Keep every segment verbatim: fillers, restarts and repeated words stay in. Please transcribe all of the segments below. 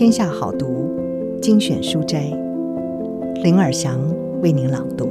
天下好读精选书斋，林尔祥为您朗读。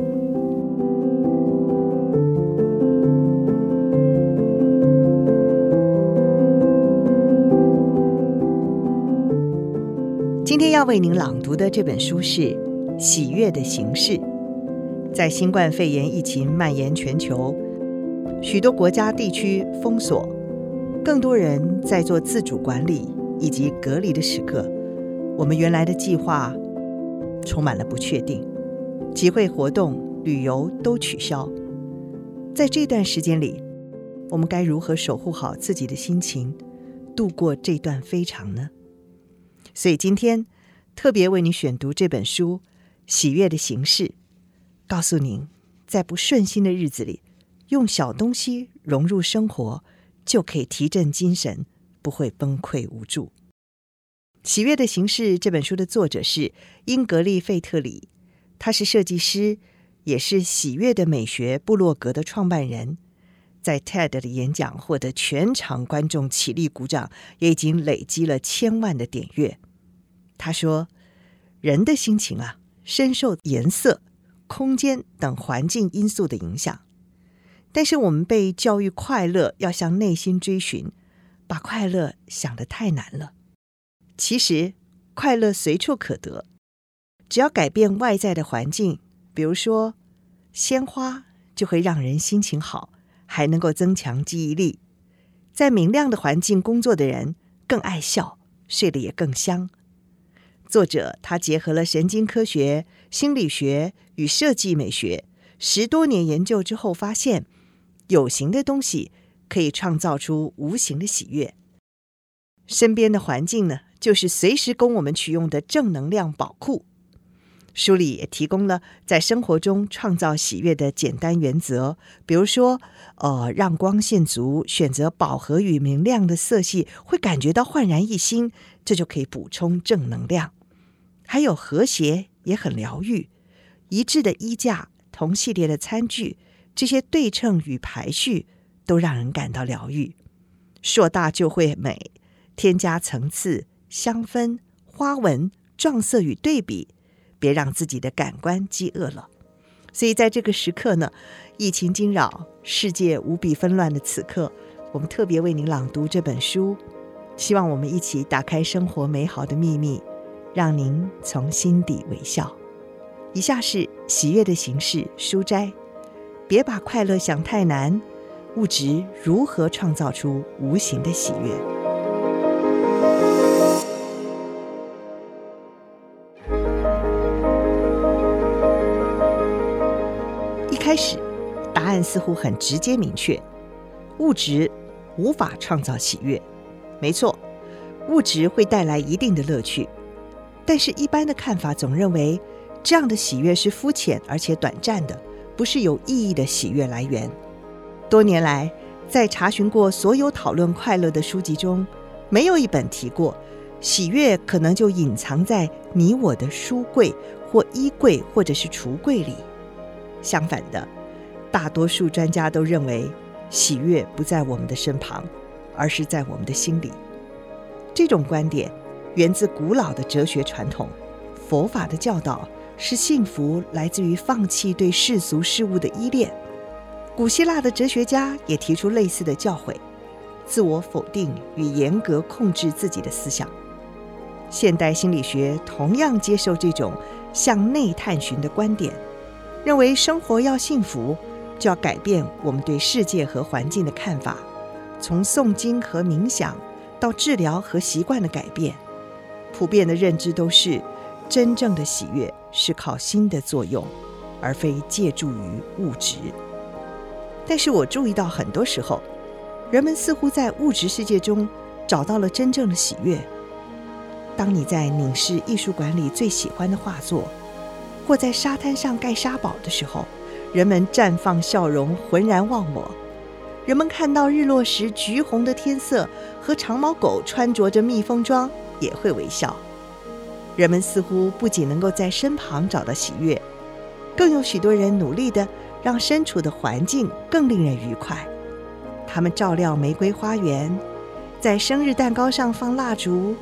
今天要为您朗读的这本书是《喜悦的形式》。在新冠肺炎疫情蔓延全球，许多国家地区封锁，更多人在做自主管理以及隔离的时刻，我们原来的计划充满了不确定，集会活动、旅游都取消。在这段时间里，我们该如何守护好自己的心情，度过这段非常呢？所以今天特别为你选读这本书《喜悦的形式》，告诉您，在不顺心的日子里，用小东西融入生活，就可以提振精神，不会崩溃无助。《喜悦的形式》这本书的作者是英格丽·费特里，他是设计师，也是喜悦的美学部落格的创办人。在 T E D 的演讲获得全场观众起立鼓掌，也已经累积了千万的点阅。他说，人的心情啊，深受颜色、空间等环境因素的影响，但是我们被教育快乐要向内心追寻，把快乐想得太难了。其实快乐随处可得，只要改变外在的环境，比如说鲜花就会让人心情好，还能够增强记忆力。在明亮的环境工作的人更爱笑，睡得也更香。作者他结合了神经科学、心理学与设计美学，十多年研究之后发现，有形的东西可以创造出无形的喜悦。身边的环境呢，就是随时供我们取用的正能量宝库。书里也提供了在生活中创造喜悦的简单原则，比如说，呃，让光线足，选择饱和与明亮的色系，会感觉到焕然一新，这就可以补充正能量。还有和谐也很疗愈，一致的衣架、同系列的餐具，这些对称与排序都让人感到疗愈。硕大就会美，添加层次、香氛、花纹、撞色与对比，别让自己的感官饥饿了。所以在这个时刻呢，疫情惊扰，世界无比纷乱的此刻，我们特别为您朗读这本书，希望我们一起打开生活美好的秘密，让您从心底微笑。以下是喜悦的形式书斋，别把快乐想太难，物质如何创造出无形的喜悦。一开始，答案似乎很直接明确，物质无法创造喜悦。没错，物质会带来一定的乐趣，但是一般的看法总认为，这样的喜悦是肤浅而且短暂的，不是有意义的喜悦来源。多年来，在查询过所有讨论快乐的书籍中，没有一本提过喜悦可能就隐藏在你我的书柜或衣柜或者是橱柜里。相反的，大多数专家都认为，喜悦不在我们的身旁，而是在我们的心里。这种观点源自古老的哲学传统，佛法的教导是幸福来自于放弃对世俗事物的依恋。古希腊的哲学家也提出类似的教诲，自我否定与严格控制自己的思想。现代心理学同样接受这种向内探寻的观点，认为生活要幸福，就要改变我们对世界和环境的看法，从诵经和冥想到治疗和习惯的改变。普遍的认知都是，真正的喜悦是靠心的作用，而非借助于物质。但是我注意到，很多时候人们似乎在物质世界中找到了真正的喜悦。当你在凝视艺术馆里最喜欢的画作，或在沙滩上盖沙堡的时候，人们绽放笑容，浑然忘我。人们看到日落时橘红的天色和长毛狗穿着着蜜蜂装，也会微笑。人们似乎不仅能够在身旁找到喜悦，更有许多人努力地让身处的环境更令人愉快。他们照料玫瑰花园，在生日蛋糕上放蜡烛，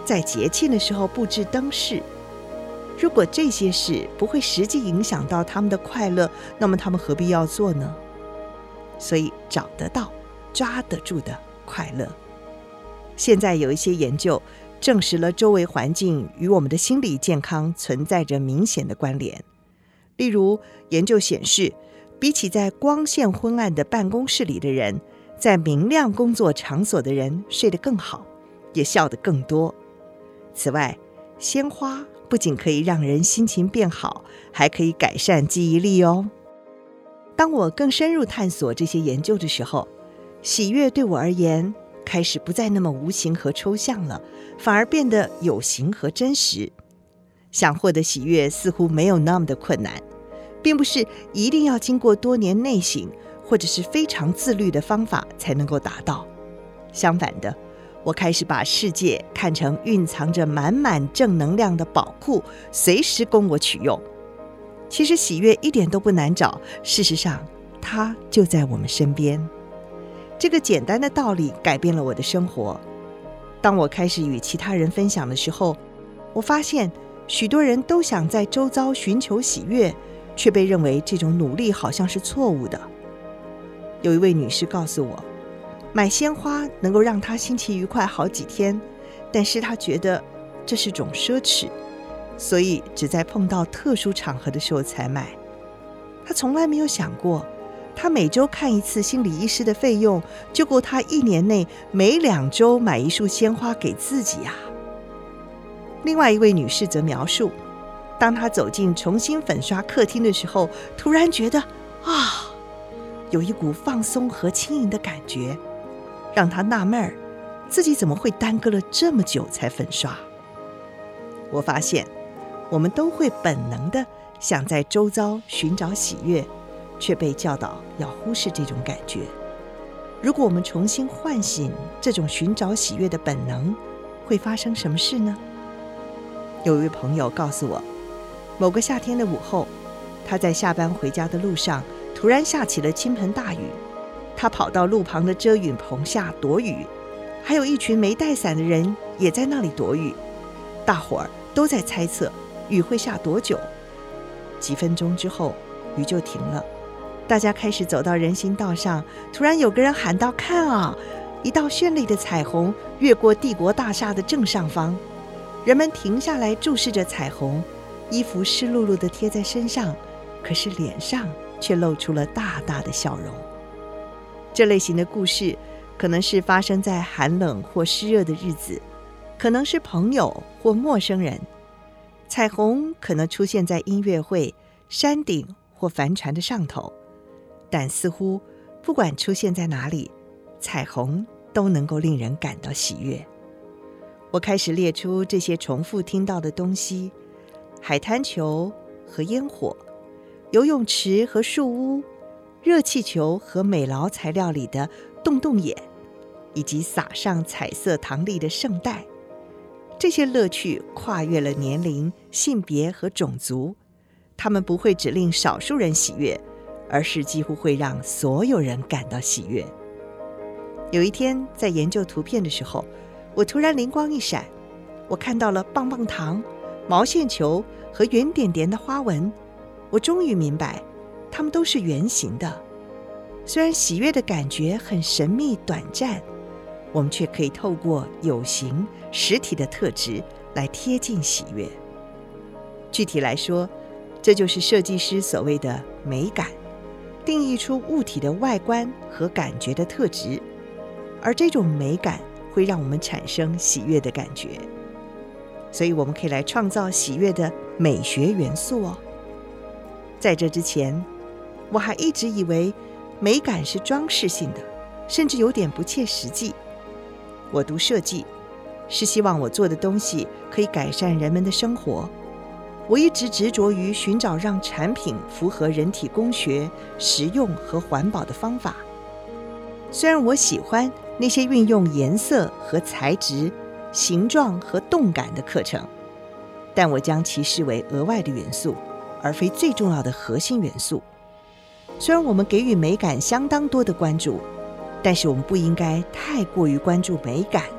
在节庆的时候布置灯饰。如果这些事不会实际影响到他们的快乐，那么他们何必要做呢？所以找得到、抓得住的快乐。现在有一些研究证实了周围环境与我们的心理健康存在着明显的关联。例如，研究显示，比起在光线昏暗的办公室里的人，在明亮工作场所的人睡得更好，也笑得更多。此外，鲜花不仅可以让人心情变好，还可以改善记忆力哦。当我更深入探索这些研究的时候，喜悦对我而言开始不再那么无形和抽象了，反而变得有形和真实。想获得喜悦似乎没有那么的困难，并不是一定要经过多年内省或者是非常自律的方法才能够达到。相反的，我开始把世界看成蕴藏着满满正能量的宝库，随时供我取用。其实喜悦一点都不难找，事实上它就在我们身边。这个简单的道理改变了我的生活。当我开始与其他人分享的时候，我发现许多人都想在周遭寻求喜悦，却被认为这种努力好像是错误的。有一位女士告诉我，买鲜花能够让她心情愉快好几天，但是她觉得这是种奢侈，所以只在碰到特殊场合的时候才买。她从来没有想过，她每周看一次心理医师的费用，就够她一年内每两周买一束鲜花给自己啊。另外一位女士则描述，当她走进重新粉刷客厅的时候，突然觉得啊，有一股放松和轻盈的感觉，让她纳闷儿，自己怎么会耽搁了这么久才粉刷。我发现我们都会本能的想在周遭寻找喜悦，却被教导要忽视这种感觉。如果我们重新唤醒这种寻找喜悦的本能，会发生什么事呢？有一位朋友告诉我，某个夏天的午后，他在下班回家的路上，突然下起了倾盆大雨。他跑到路旁的遮雨棚下躲雨，还有一群没带伞的人也在那里躲雨。大伙儿都在猜测雨会下多久。几分钟之后，雨就停了。大家开始走到人行道上，突然有个人喊道：“看啊，一道绚丽的彩虹越过帝国大厦的正上方。”人们停下来注视着彩虹，衣服湿漉漉地贴在身上，可是脸上却露出了大大的笑容。这类型的故事可能是发生在寒冷或湿热的日子，可能是朋友或陌生人。彩虹可能出现在音乐会、山顶或帆船的上头，但似乎不管出现在哪里，彩虹都能够令人感到喜悦。我开始列出这些重复听到的东西：海滩球和烟火，游泳池和树屋，热气球和美劳材料里的洞洞眼，以及撒上彩色糖粒的圣代。这些乐趣跨越了年龄、性别和种族，它们不会只令少数人喜悦，而是几乎会让所有人感到喜悦。有一天在研究图片的时候，我突然灵光一闪，我看到了棒棒糖、毛线球和圆点点的花纹。我终于明白，它们都是圆形的。虽然喜悦的感觉很神秘短暂，我们却可以透过有形实体的特质来贴近喜悦。具体来说，这就是设计师所谓的美感，定义出物体的外观和感觉的特质，而这种美感会让我们产生喜悦的感觉。所以我们可以来创造喜悦的美学元素哦。在这之前，我还一直以为美感是装饰性的，甚至有点不切实际。我读设计，是希望我做的东西可以改善人们的生活。我一直执着于寻找让产品符合人体工学、实用和环保的方法。虽然我喜欢那些运用颜色和材质、形状和动感的课程，但我将其视为额外的元素，而非最重要的核心元素。虽然我们给予美感相当多的关注，但是我们不应该太过于关注美感，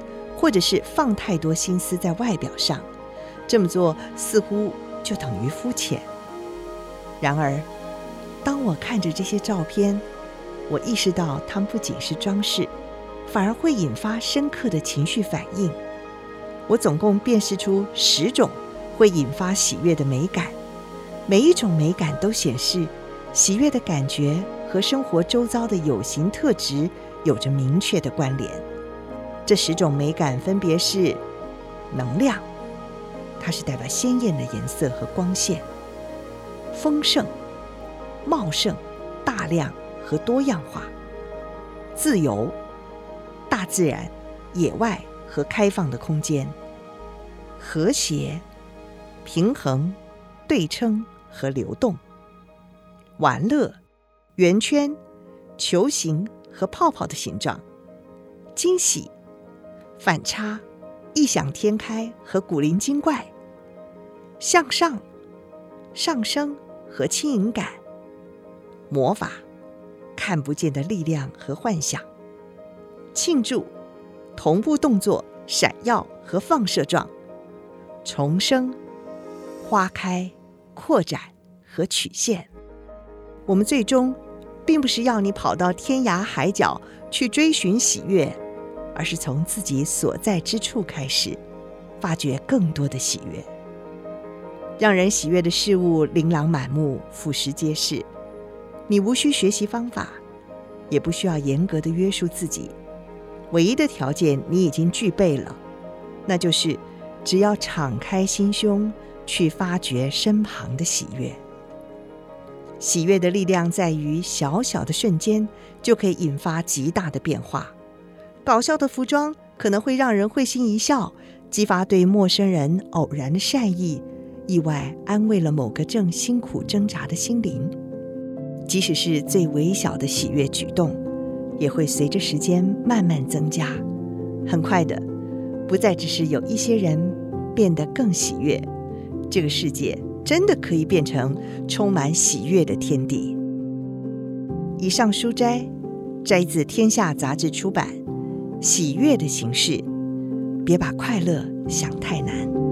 或者是放太多心思在外表上，这么做似乎就等于肤浅。然而，当我看着这些照片，我意识到它们不仅是装饰，反而会引发深刻的情绪反应。我总共辨识出十种会引发喜悦的美感，每一种美感都显示喜悦的感觉和生活周遭的有形特质有着明确的关联。这十种美感分别是：能量，它是代表鲜艳的颜色和光线；丰盛、茂盛、大量和多样化；自由，大自然、野外和开放的空间；和谐、平衡、对称和流动；玩乐，圆圈、球形和泡泡的形状；惊喜、反差、异想天开和古灵精怪；向上、上升和轻盈感；魔法，看不见的力量和幻想；庆祝，同步动作、闪耀和放射状；重生、花开、扩展和曲线。我们最终并不是要你跑到天涯海角去追寻喜悦，而是从自己所在之处开始，发掘更多的喜悦。让人喜悦的事物琳琅满目，俯拾皆是。你无需学习方法，也不需要严格的约束自己，唯一的条件你已经具备了，那就是只要敞开心胸，去发掘身旁的喜悦。喜悦的力量在于小小的瞬间就可以引发极大的变化。搞笑的服装可能会让人会心一笑，激发对陌生人偶然的善意，意外安慰了某个正辛苦挣扎的心灵。即使是最微小的喜悦举动，也会随着时间慢慢增加。很快的，不再只是有一些人变得更喜悦，这个世界真的可以变成充满喜悦的天地。以上书摘摘自《天下》杂志出版《喜悦的形式》，别把快乐想太难。